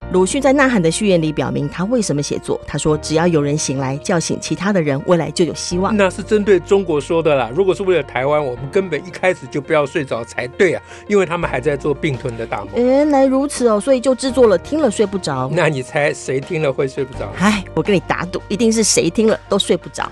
鲁迅在《呐喊》的序言里表明他为什么写作，他说只要有人醒来叫醒其他的人，未来就有希望。 那是针对中国说的啦，如果是为了台湾，我们根本一开始就不要睡着才对啊，因为他们还在做并吞的大梦。 原来如此哦，所以就制作了听了睡不着。 那你猜谁听了会睡不着？ 哎，我跟你打赌，一定是谁听了都睡不着。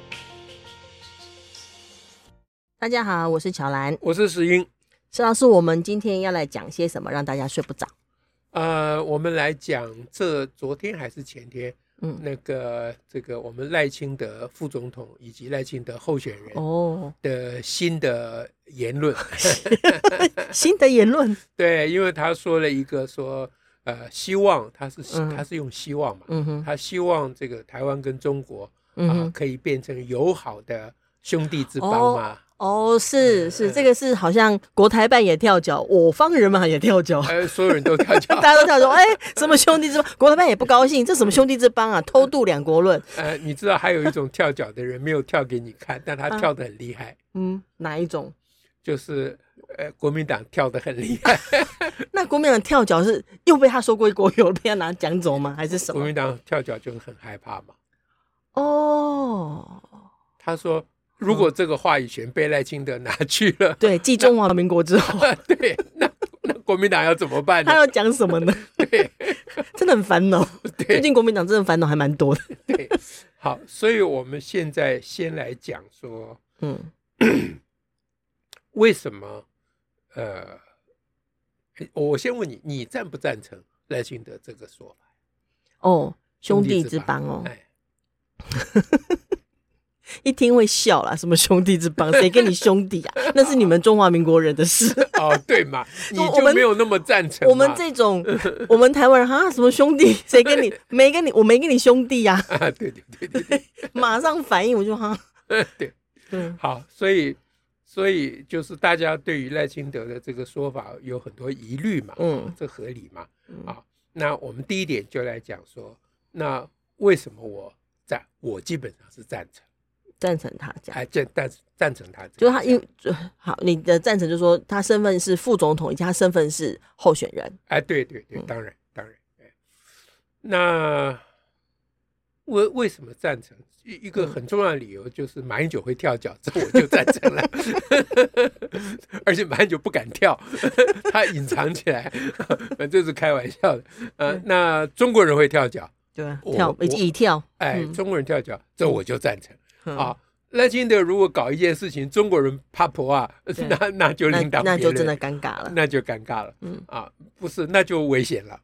大家好，我是乔兰， 我是石英。 石老师，我们今天要来讲些什么让大家睡不着？ 我们来讲昨天还是前天，这个我们赖清德副总统以及赖清德候选人的新的言论， 新的言论， 对，因为他说了一个说，希望他是用希望嘛，他希望这个台湾跟中国可以变成友好的兄弟之邦嘛。 是，这个是好像国台办也跳脚，我方人马也跳脚， 所有人都跳脚， 大家都跳脚，什么兄弟之邦？国台办也不高兴，这什么兄弟之邦啊？偷渡两国论。 你知道还有一种跳脚的人没有跳给你看，但他跳得很厉害。 哪一种？ 就是国民党跳得很厉害。 那国民党跳脚是又被他收归国有，被他拿奖走吗？还是什么？ 国民党跳脚就很害怕嘛。他说，如果这个话语权被赖清德拿去了， 对，继中华民国之后， 对，那国民党要怎么办呢？ 他要讲什么呢？ 对， 真的很烦恼。最近国民党真的烦恼还蛮多的。 对，好，所以我们现在先来讲说，为什么？我先问你，你赞不赞成赖清德这个说法？ 兄弟之邦哦。一听会笑啦，什么兄弟之邦，谁跟你兄弟啊？那是你们中华民国人的事。 对嘛，你就没有那么赞成嘛。 我们这种，我们台湾人什么兄弟？谁跟你？我没跟你兄弟啊。 对， 马上反应，我就对，好，所以就是大家对于赖清德的这个说法有很多疑虑嘛，这合理嘛，那我们第一点就来讲说，那为什么我基本上是赞成他这样，赞成他这样， 就是他好，你的赞成就是说他身份是副总统，以及他身份是候选人。 对，当然。那为什么赞成？一个很重要的理由就是马英九会跳脚，这我就赞成了。而且马英九不敢跳，他隐藏起来，这是开玩笑的。那中国人会跳脚， 对，一跳， 中国人跳脚，这我就赞成。赖清德如果搞一件事情，中国人怕婆那就另当别论， 那就真的尴尬了， 那就尴尬了。不是，那就危险了，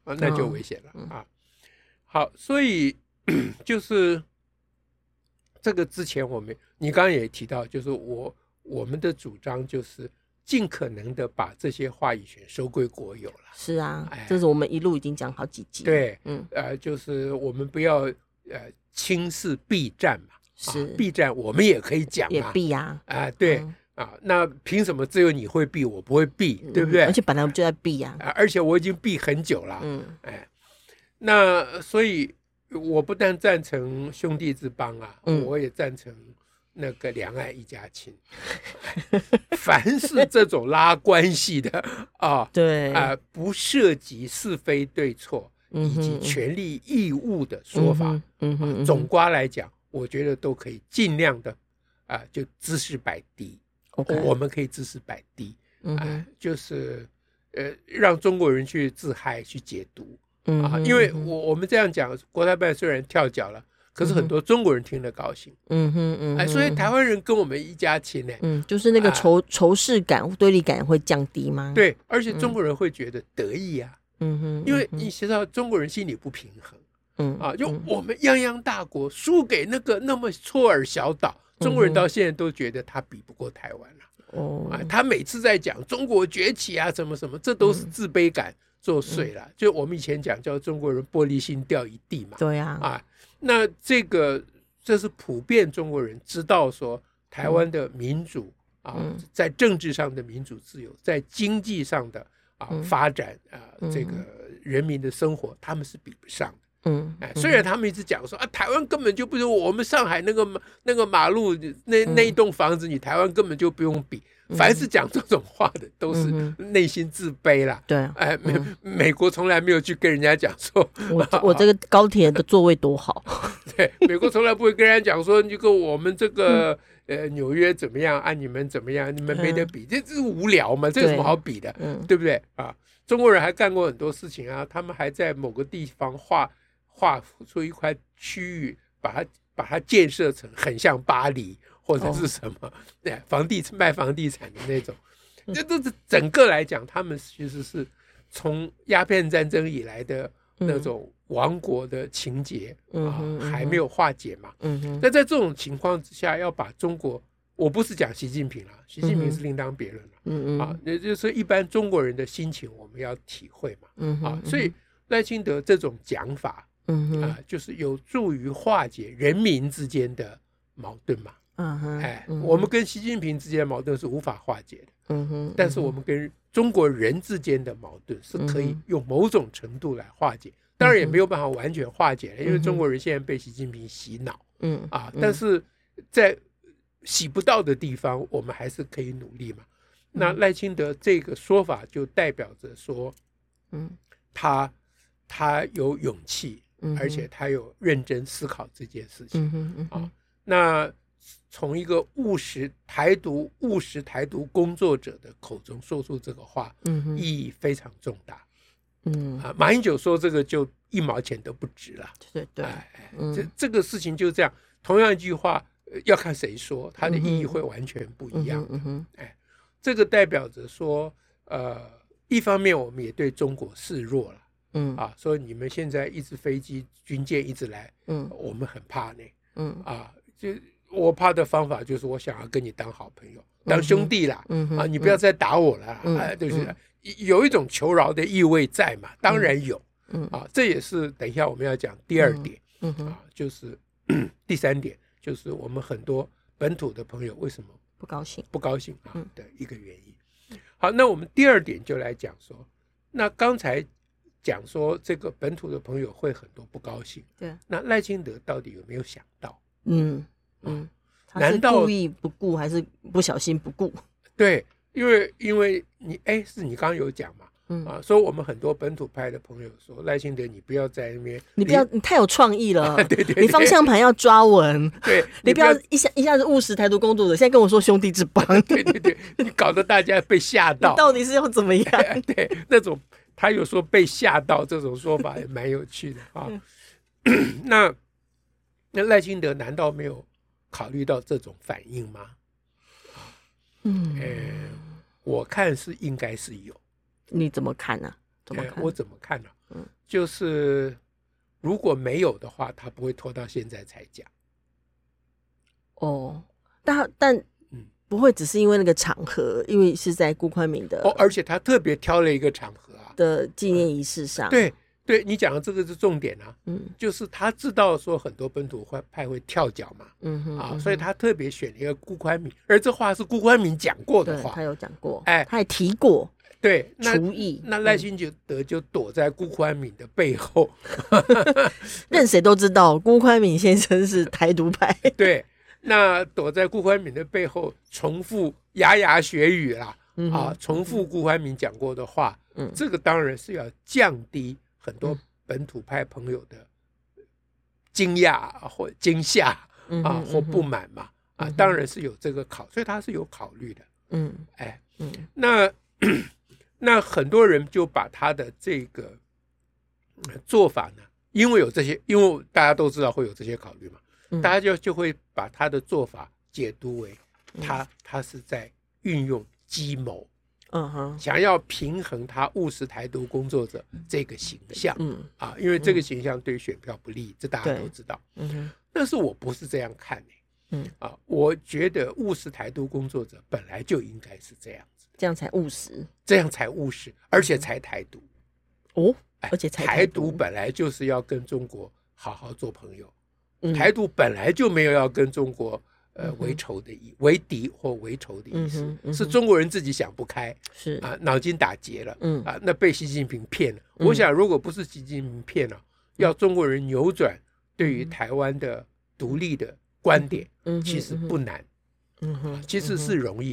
好，所以就是这个之前你刚刚也提到，就是我们的主张就是尽可能的把这些话语权收归国有了。 是啊，这是我们一路已经讲好几集。 对，就是我们不要轻视避战嘛。是避战，我们也可以讲嘛， 也避啊， 对那凭什么只有你会避，我不会避，对不对？ 而且本来我们就在避啊， 而且我已经避很久了，那所以我不但赞成兄弟之邦我也赞成那个两岸一家亲。凡是这种拉关系的对不涉及是非对错以及权利义务的说法，总括来讲，我觉得都可以尽量的就知识摆低，我们可以知识摆低，就是让中国人去自嗨去解读，因为我们这样讲，国台办虽然跳脚了，可是很多中国人听了高兴，所以台湾人跟我们一家亲呢， 就是那个仇视感、对立感会降低吗？ 对，而且中国人会觉得得意啊，因为你知道中国人心里不平衡。就我们泱泱大国输给那么错尔小岛，中国人到现在都觉得他比不过台湾了。他每次在讲中国崛起啊什么什么，这都是自卑感作祟了。就我们以前讲叫中国人玻璃心掉一地嘛。 对啊， 那这是普遍中国人知道说台湾的民主在政治上的民主自由，在经济上的发展这个人民的生活，他们是比不上的。虽然他们一直讲说台湾根本就不是我们上海那个马路那一栋房子，你台湾根本就不用比。 凡是讲这种话的都是内心自卑啦。 对， 美国从来没有去跟人家讲说我这个高铁的座位多好。 对，美国从来不会跟人家讲说这个我们这个纽约怎么样啊，你们怎么样，你们没得比，这是无聊嘛，这有什么好比的，对不对啊？中国人还干过很多事情啊，他们还在某个地方画出一块区域，把它建设成很像巴黎或者是什么卖房地产的那种，这都是整个来讲，他们其实是从鸦片战争以来的那种亡国的情节还没有化解嘛。那在这种情况之下，要把中国，我不是讲习近平了，习近平是另当别论了，也就是一般中国人的心情我们要体会嘛，所以赖清德这种讲法，就是有助于化解人民之间的矛盾嘛。我们跟习近平之间的矛盾是无法化解的，但是我们跟中国人之间的矛盾是可以用某种程度来化解，当然也没有办法完全化解了，因为中国人现在被习近平洗脑，但是在洗不到的地方，我们还是可以努力嘛。那赖清德这个说法就代表着说，他有勇气，而且他有认真思考这件事情那从一个台独工作者的口中说出这个话，意义非常重大。马英九说这个就1毛钱都不值了。对，这个事情就这样，同样一句话，要看谁说，它的意义会完全不一样。这个代表着说，一方面我们也对中国示弱了，说你们现在一直飞机军舰一直来，我们很怕呢，就我怕的方法就是我想要跟你当好朋友，当兄弟啦，你不要再打我了，就是有一种求饶的意味在嘛，当然有，这也是等一下我们要讲第2点，就是第3点，就是我们很多本土的朋友为什么不高兴的一个原因。好，那我们第2点就来讲说，那刚才讲说这个本土的朋友会很多不高兴，对，那赖清德到底有没有想到？ 他是故意不顾还是不小心不顾？ 对，因为你是你刚刚有讲嘛，说我们很多本土派的朋友说，赖清德你不要在那边， 你太有创意了， 对， 你方向盘要抓稳， 对， 你不要一下子务实台独工作者，现在跟我说兄弟之邦， 对，你搞得大家被吓到， 你到底是要怎么样？ 对，那种他有说被吓到这种说法也蛮有趣的啊。那赖清德难道没有考虑到这种反应吗？我看是应该是有。 你怎么看呢？ 我怎么看呢？就是如果没有的话，他不会拖到现在才讲。 但不会只是因为那个场合，因为是在顾宽敏的而且他特别挑了一个场合的纪念仪式上。 对，你讲的这个是重点就是他知道说很多本土派会跳脚嘛，所以他特别选了一个顾宽敏，而这话是顾宽敏讲过的话， 他有讲过，他也提过， 对， 厨艺。 那赖清德就躲在顾宽敏的背后， 任谁都知道顾宽敏先生是台独派， 对，那躲在顾宽敏的背后，重复牙牙学语啦，重复顾宽敏讲过的话，这个当然是要降低很多本土派朋友的惊讶或惊吓或不满嘛，当然是有这个所以他是有考虑的。那很多人就把他的这个做法呢，因为大家都知道会有这些考虑嘛，大家就会把他的做法解读为他是在运用计谋，想要平衡他务实台独工作者这个形象，因为这个形象对选票不利，这大家都知道。但是我不是这样看我觉得务实台独工作者本来就应该是这样子， 这样才务实， 而且才台独而且才台独本来就是要跟中国好好做朋友，台独本来就没有要跟中国为敌或为仇的意思，是中国人自己想不开，是脑筋打结了，那被习近平骗了。我想如果不是习近平骗了，要中国人扭转对于台湾的独立的观点，其实不难，其实是容易的。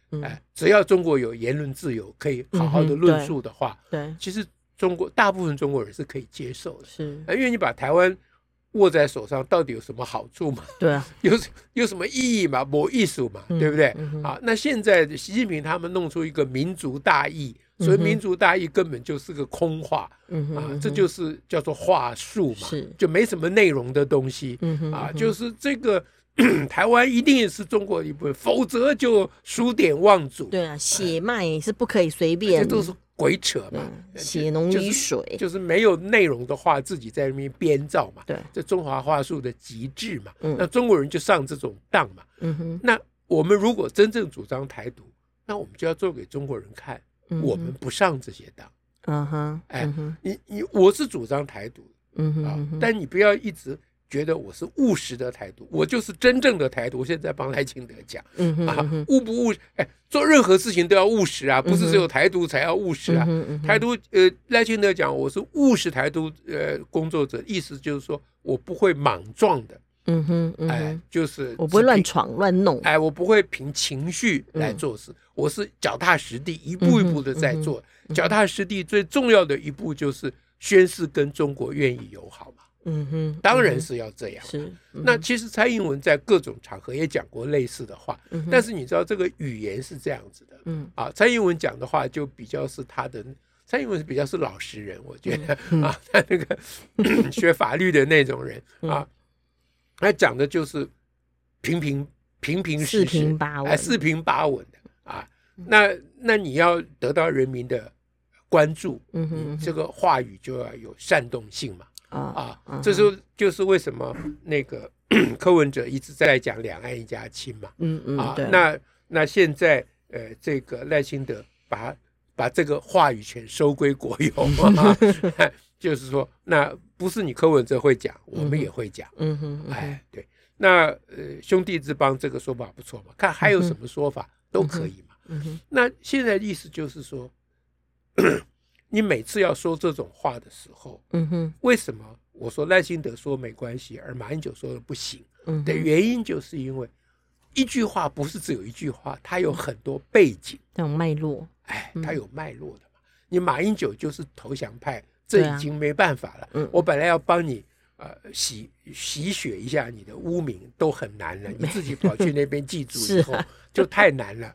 只要中国有言论自由，可以好好的论述的话， 对， 其实大部分中国人是可以接受的， 是， 因为你把台湾握在手上，到底有什么好处嘛？ 对啊， 有什么意义嘛？没艺术嘛，对不对？那现在习近平他们弄出一个民族大义，所以民族大义根本就是个空话，这就是叫做话术嘛，就没什么内容的东西，就是这个。台湾一定是中国的一部分，否则就数典忘祖。 对啊，血脉是不可以随便， 这都是鬼扯嘛， 血浓于水， 就是没有内容的话，自己在那边编造嘛。 对， 这中华话术的极致嘛。那中国人就上这种当嘛。那我们如果真正主张台独，那我们就要做给中国人看，我们不上这些当。我是主张台独，但你不要一直觉得我是务实的台独，我就是真正的台独。我现在帮赖清德讲，务不务实，做任何事情都要务实啊，不是只有台独才要务实啊。台独，赖清德讲我是务实台独工作者，意思就是说我不会莽撞的，就是我不会乱闯乱弄， 我不会凭情绪来做事，我是脚踏实地，一步一步的在做。脚踏实地最重要的一步就是宣誓跟中国愿意友好嘛。当然是要这样。是，那其实蔡英文在各种场合也讲过类似的话，但是你知道这个语言是这样子的，蔡英文讲的话就比较是蔡英文比较是老实人，我觉得他那个学法律的那种人他讲的就是平平实实，四平八稳的那你要得到人民的关注，你这个话语就要有煽动性嘛。这就是为什么那个柯文哲一直在讲两岸一家亲嘛。那现在这个赖清德把这个话语权收归国有就是说，那不是你柯文哲会讲，我们也会讲。对，那兄弟之邦这个说法不错嘛，看还有什么说法都可以嘛。那现在意思就是说。你每次要说这种话的时候，为什么我说赖清德说没关系，而马英九说的不行的原因，就是因为一句话不是只有一句话，它有很多背景， 那种脉络， 它有脉络的嘛。你马英九就是投降派，这已经没办法了。我本来要帮你洗雪一下你的污名都很难了，你自己跑去那边祭祖以后就太难了。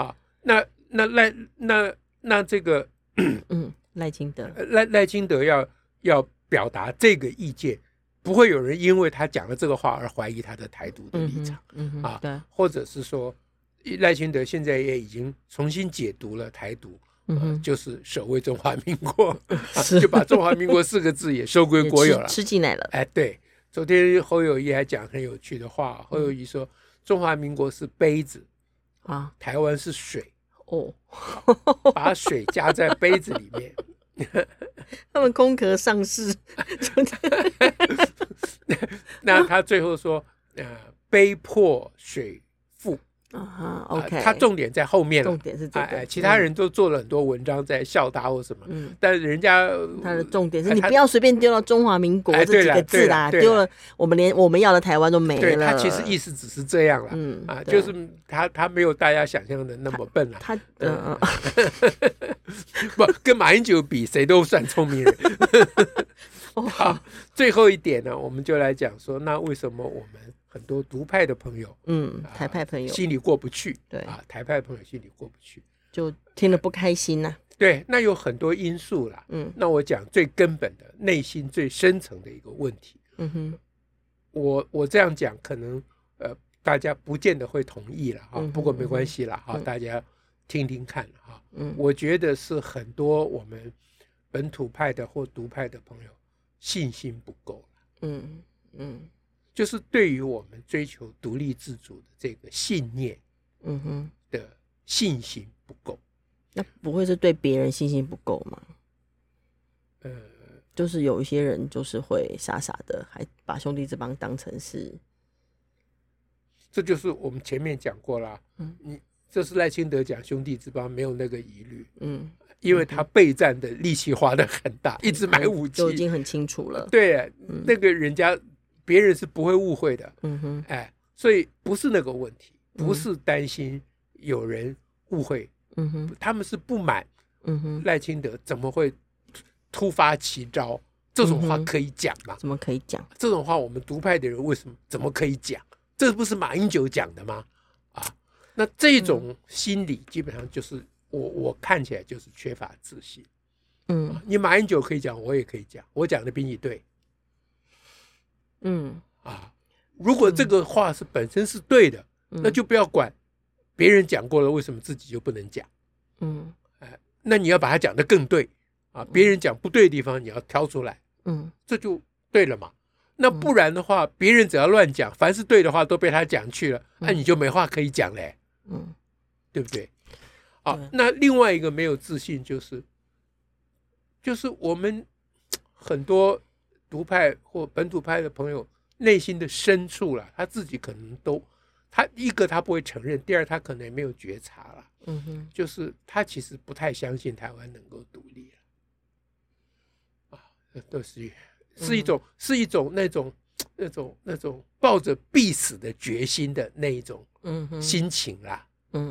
那这个赖清德赖清德要表达这个意见，不会有人因为他讲了这个话而怀疑他的台独的立场，对，或者是说赖清德现在也已经重新解读了台独，就是守卫中华民国，就把中华民国4个字也收归国有了， 吃进来了。 对，昨天侯友宜还讲很有趣的话，侯友宜说中华民国是杯子台湾是水。把水加在杯子里面他们空壳上市那他最后说杯破水富 OK， 他重点在后面了， 重点是这个， 其他人都做了很多文章在笑他或什么，但是人家他的重点是你不要随便丢到中华民国这几个字啦，丢了我们连我们要的台湾都没了。 对，他其实意思只是这样了，就是他没有大家想象的那么笨了。他不跟马英九比，谁都算聪明人。好，最后一点呢，我们就来讲说，那为什么我们很多独派的朋友， 台派朋友心里过不去， 对台派朋友心里过不去， 就听了不开心呐。 对，那有很多因素啦。那我讲最根本的、内心最深层的一个问题。我这样讲，可能大家不见得会同意了哈，不过没关系啦哈，大家听听看哈。我觉得是很多我们本土派的或独派的朋友信心不够。就是对于我们追求独立自主的这个信念，的信心不够。 那不会是对别人信心不够吗？就是有一些人就是会傻傻的，还把兄弟之邦当成是， 这就是我们前面讲过啦。这是赖清德讲兄弟之邦没有那个疑虑，因为他备战的力气花得很大，一直买武器， 就已经很清楚了。 对，那个人家别人是不会误会的。所以不是那个问题，不是担心有人误会，他们是不满，赖清德怎么会突发奇招？这种话可以讲吗？ 怎么可以讲？ 这种话我们独派的人为什么怎么可以讲？这不是马英九讲的吗？那这种心理基本上就是我看起来就是缺乏自信。你马英九可以讲，我也可以讲，我讲的比你对。如果这个话是本身是对的，那就不要管别人讲过了，为什么自己就不能讲？那你要把它讲得更对别人讲不对的地方你要挑出来，这就对了嘛。那不然的话，别人只要乱讲，凡是对的话都被他讲去了，那你就没话可以讲嘞，对不对？那另外一个没有自信就是我们很多独派或本土派的朋友内心的深处了，他自己可能都，一个他不会承认，第二他可能也没有觉察了，就是他其实不太相信台湾能够独立都是一种那种抱着必死的决心的那一种心情啦，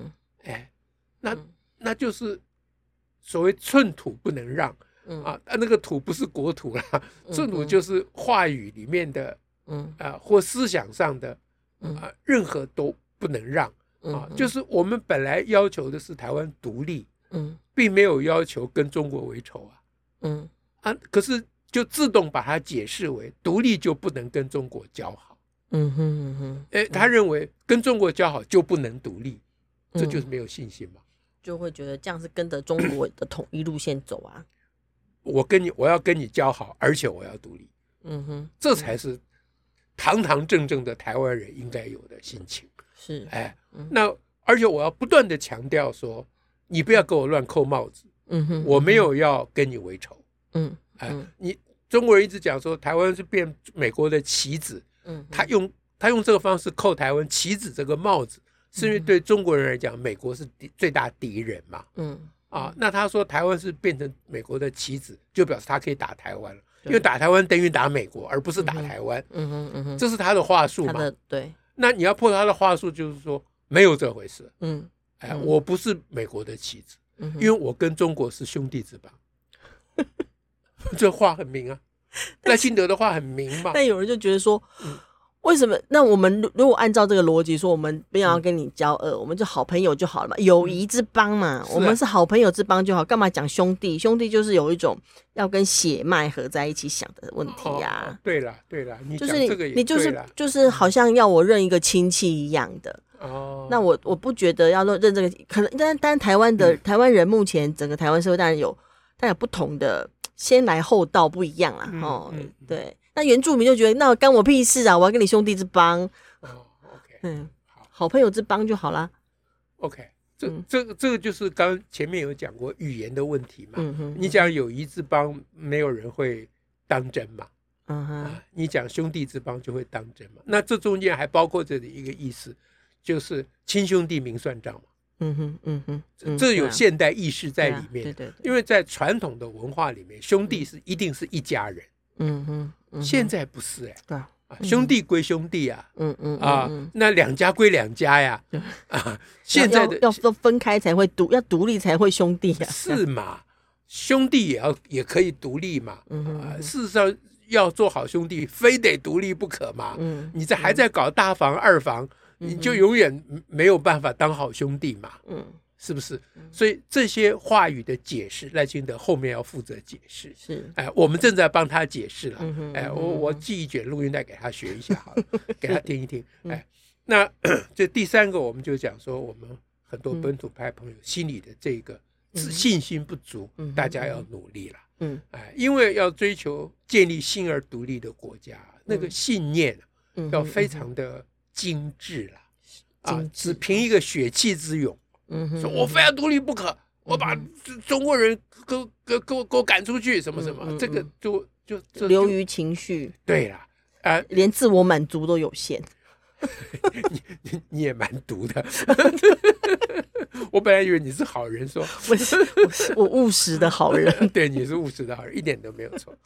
那就是所谓寸土不能让那个土不是国土啦，寸土就是话语里面的或思想上的任何都不能让就是我们本来要求的是台湾独立，并没有要求跟中国为仇可是就自动把它解释为独立就不能跟中国交好，他认为跟中国交好就不能独立，这就是没有信心嘛， 就会觉得这样是跟着中国的统一路线走我要跟你交好，而且我要独立，这才是堂堂正正的台湾人应该有的心情。 是， 那而且我要不断的强调说，你不要给我乱扣帽子，我没有要跟你为仇，你中国人一直讲说台湾是变美国的棋子，他用这个方式扣台湾棋子这个帽子，是因为对中国人来讲，美国是最大敌人嘛，那他说台湾是变成美国的棋子，就表示他可以打台湾了，因为打台湾等于打美国，而不是打台湾，这是他的话术嘛， 对。 那你要破他的话术，就是说没有这回事，我不是美国的棋子，因为我跟中国是兄弟之邦，这话很明啊，赖清德的话很明嘛。 但有人就觉得说，为什么？那我们如果按照这个逻辑说，我们不要跟你交恶，我们就好朋友就好了嘛，友谊之邦嘛，我们是好朋友之邦就好，干嘛讲兄弟？兄弟就是有一种要跟血脉合在一起想的问题呀。 对了，你讲这个也对了， 你就是好像要我认一个亲戚一样的。那我不觉得要认这个，可能但台湾人目前整个台湾社会当然有不同的先来后到不一样啦，对。那原住民就觉得那干我屁事啊！我要跟你兄弟之邦好朋友之邦就好啦。 OK， 这个就是刚前面有讲过语言的问题嘛。你讲友谊之邦，没有人会当真嘛。你讲兄弟之邦就会当真嘛。那这中间还包括这的一个意思，就是亲兄弟明算账嘛。这有现代意识在里面。对，因为在传统的文化里面，兄弟一定是一家人。现在不是兄弟归兄弟啊，那两家归两家呀，现在的要分开才会要独立才会兄弟啊， 是嘛？兄弟也可以独立嘛，事实上要做好兄弟，非得独立不可嘛，你还在搞大房二房，你就永远没有办法当好兄弟嘛，是不是？所以这些话语的解释，赖清德后面要负责解释。 是， 我们正在帮他解释了。我寄一卷录音带给他学一下好了，给他听一听。那这第三个，我们就讲说，我们很多本土派朋友心里的这个信心不足，大家要努力了。因为要追求建立新而独立的国家，那个信念要非常的精致了。只凭一个血气之勇。说我非要独立不可，我把中国人给我赶出去，什么什么，这个就流于情绪。 对啦， 连自我满足都有限。 你也蛮毒的。我本来以为你是好人，说我务实的好人。 对，你是务实的好人，一点都没有错。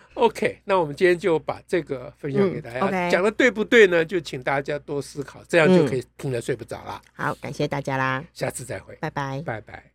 OK， 那我们今天就把这个分享给大家，讲的对不对呢？就请大家多思考，这样就可以听了睡不着啦。 好，感谢大家啦， 下次再会， 拜拜， 拜拜。